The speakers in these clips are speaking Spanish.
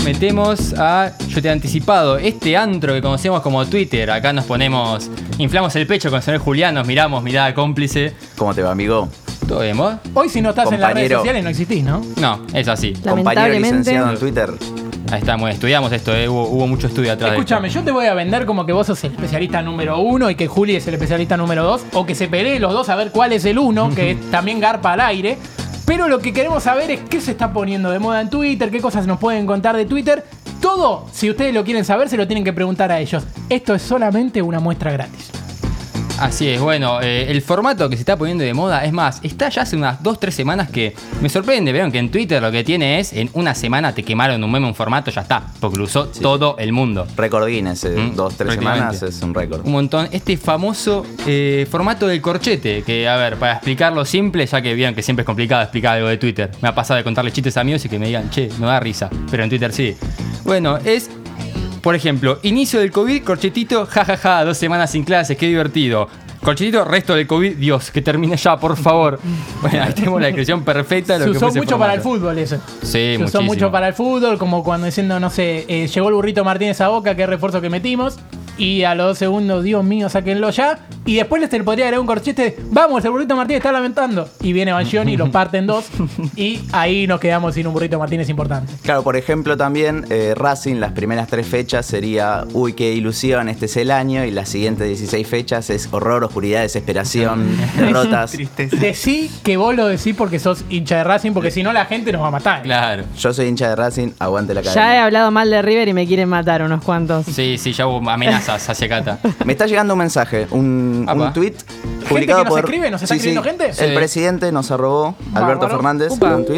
metemos a, yo te he anticipado, este antro que conocemos como Twitter. Acá nos ponemos, inflamos el pecho con el señor Julián, nos miramos, mirada cómplice. ¿Cómo te va, amigo? ¿Todo bien, vos? Hoy si no estás en las redes Compañero. sociales no existís, ¿no? No, es así. Compañero licenciado en Twitter. Ahí está, estudiamos esto, hubo mucho estudio atrás Escúchame, yo te voy a vender como que vos sos el especialista número 1 y que Juli es el especialista número 2, o que se peleen los dos a ver cuál es el 1, que también garpa al aire. Pero lo que queremos saber es qué se está poniendo de moda en Twitter, qué cosas nos pueden contar de Twitter. Todo, si ustedes lo quieren saber, se lo tienen que preguntar a ellos. Esto es solamente una muestra gratis. Así es, bueno, el formato que se está poniendo de moda, es más, está ya hace unas 2-3 semanas que me sorprende, vieron que en Twitter lo que tiene es, en una semana te quemaron un meme, un formato, ya está, porque lo usó todo el mundo. Récord Guinness, 2-3 semanas es un récord. Un montón. Este famoso formato del corchete, que a ver, para explicarlo simple, ya que vieron que siempre es complicado explicar algo de Twitter. Me ha pasado de contarle chistes a amigos y que me digan, che, no da risa, pero en Twitter sí. Bueno, es... Por ejemplo, inicio del COVID, corchetito, jajaja, 2 semanas sin clases, qué divertido. Corchetito, resto del COVID, Dios, que termine ya, por favor. Bueno, ahí tenemos la descripción perfecta de lo que fue ese mucho formato. para el fútbol eso. Sí, se usó muchísimo. mucho para el fútbol, como cuando diciendo, no sé, llegó el burrito Martínez a Boca, qué refuerzo que metimos. Y a los 2 segundos, Dios mío, sáquenlo ya. Y después les podría agregar un corchete. Vamos, el burrito Martínez está lamentando. Y viene Banchioni y lo parte en 2. Y ahí nos quedamos sin un burrito Martínez importante. Claro, por ejemplo, también Racing, las primeras 3 fechas sería, uy, qué ilusión, este es el año. Y las siguientes 16 fechas es horror, oscuridad, desesperación, derrotas. Tristeza. Decí que vos lo decís porque sos hincha de Racing, porque si no la gente nos va a matar. Claro. Yo soy hincha de Racing, aguante la Ya he cadena. hablado mal de River y me quieren matar unos cuantos. Sí, ya hubo amenazas hacia Cata. Me está llegando un mensaje, un Apa. tweet ¿Gente publicado que nos por... escribe? ¿Nos está escribiendo gente? El Sí. presidente nos arrobó, Alberto Bárbaro. Fernández, Upa. un tweet.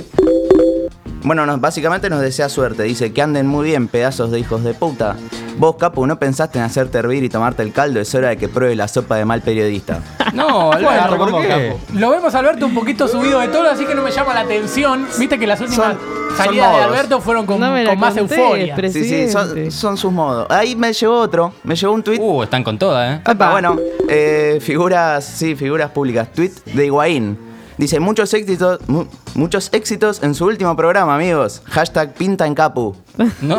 Bueno, básicamente nos desea suerte. Dice que anden muy bien, pedazos de hijos de puta. Vos, Capu, ¿no pensaste en hacerte hervir y tomarte el caldo? Es hora de que pruebe la sopa de mal periodista. No, Alberto, Bueno, ¿por qué? Lo vemos a Alberto un poquito subido de todo, así que no me llama la atención. Viste que las últimas Son salidas de modos. Alberto fueron con No me la más contés, euforia. pero- Sí, sí, son sus modos. Ahí me llegó otro, me llegó un tweet. Están con toda, Epa, bueno, figuras públicas. Tweet de Higuaín. Dice, muchos éxitos en su último programa, amigos. Hashtag pinta en Capu. No.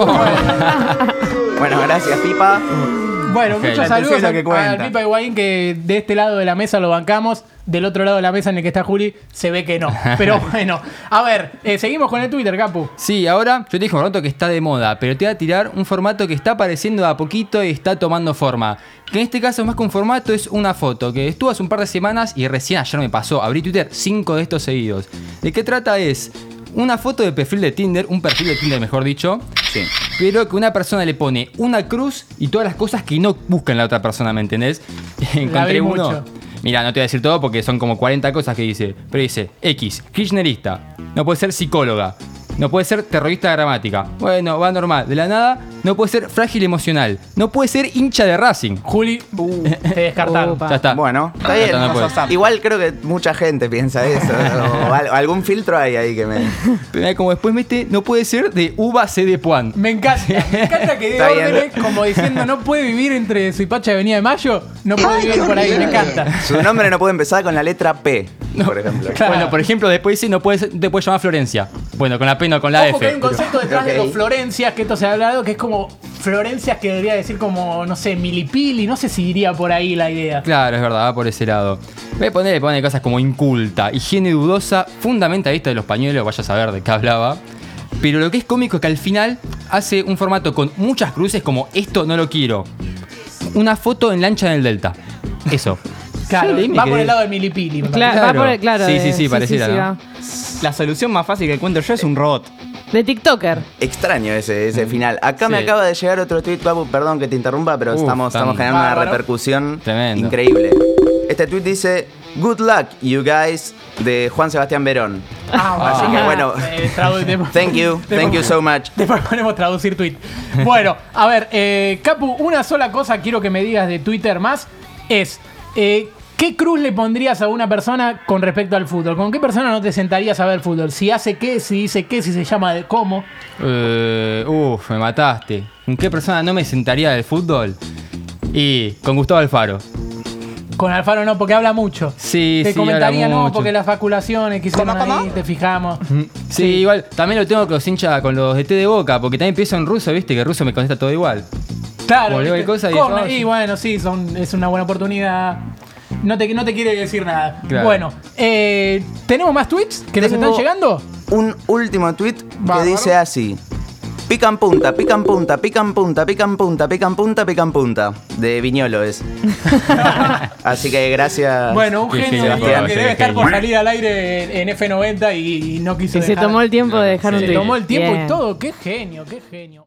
Bueno, gracias, Pipa. Bueno, Ok, muchos la saludos tercera que al cuenta. Pipa Higuaín, que de este lado de la mesa lo bancamos. Del otro lado de la mesa en el que está Juli, se ve que no. Pero bueno, a ver, seguimos con el Twitter, Capu. Sí, ahora yo te dije un rato que está de moda, pero te voy a tirar un formato que está apareciendo de a poquito y está tomando forma. Que en este caso, más que un formato, es una foto que estuvo hace un par de semanas y recién ayer me pasó. Abrí Twitter 5 de estos seguidos. ¿De qué trata? Es una foto de perfil de Tinder, un perfil de Tinder mejor dicho, Sí. pero que una persona le pone una cruz y todas las cosas que no busca en la otra persona, ¿me entendés? Encontré vi uno. mucho. Mira, no te voy a decir todo porque son como 40 cosas que dice. Pero dice, X, kirchnerista. No puede ser psicóloga. No puede ser terrorista de gramática. Bueno, va normal. De la nada, no puede ser frágil emocional. No puede ser hincha de Racing. Juli, te descartaron. Upa. Ya está. Bueno, está Ya bien. está, no puede. Igual creo que mucha gente piensa eso. O algún filtro hay ahí que me... Pero como después mete, no puede ser de uva C de Puan. Me encanta que dé Está bien. órdenes como diciendo no puede vivir entre Suipacha y Avenida de Mayo, no puede vivir por ahí, me encanta. Su nombre no puede empezar con la letra P, por ejemplo. Claro. Bueno, por ejemplo, después dice, no te puedes llamar Florencia. Bueno, con la P no con la Ojo F. que hay un concepto detrás de Ok. los Florencias, que esto se ha hablado, que es como Florencias que debería decir como, no sé, milipili, no sé si iría por ahí la idea. Claro, es verdad, va por ese lado. Voy a ponerle cosas como inculta, higiene dudosa, fundamentalista de los pañuelos, vaya a saber de qué hablaba. Pero lo que es cómico es que al final hace un formato con muchas cruces como esto no lo quiero. Una foto en lancha en el Delta. Eso. Claro, Yo leí y me va por quedé- el lado de milipili, me parece. Claro, va por el, claro. Sí, pareciera, ¿no? va. La solución más fácil que encuentro yo es un robot. De TikToker. Extraño ese final. Acá me Sí. acaba de llegar otro tweet, Papu, perdón que te interrumpa, pero estamos tan generando una bárbaro. repercusión Tremendo. increíble. Este tweet dice, good luck, you guys, de Juan Sebastián Verón. Así que bueno, thank you so much. Después ponemos traducir tweet. Bueno, a ver, Capu, una sola cosa quiero que me digas de Twitter más es, ¿qué cruz le pondrías a una persona con respecto al fútbol? ¿Con qué persona no te sentarías a ver fútbol? Si hace qué, si dice qué, si se llama de cómo. Me mataste. ¿Con qué persona no me sentaría del fútbol? Y con Gustavo Alfaro. Con Alfaro no, porque habla mucho. Sí, Te sí, comentaría habla no, mucho. porque las faculaciones que hicieron ahí, te fijamos. Sí, igual, también lo tengo con los hinchas, con los de T de Boca, porque también empiezo en ruso, viste, que ruso me contesta todo igual. Claro, Como leo ¿viste? el cosa y Corner, eso, y bueno, sí, es una buena oportunidad. No te quiere decir nada. Claro. Bueno, ¿tenemos más tweets que nos Tengo están llegando? Un último tweet que Bárbaro. dice así. Pican punta, pican punta, pican punta, pican punta, pican punta, pican punta. De Viñolo es. Así que gracias. Bueno, un Qué genio genio, que Sebastián. debe estar por genio. salir al aire en F90 y no quiso Y se dejar. tomó el tiempo de dejar un Se tweet. tomó el tiempo Bien. y todo. Qué genio, qué genio.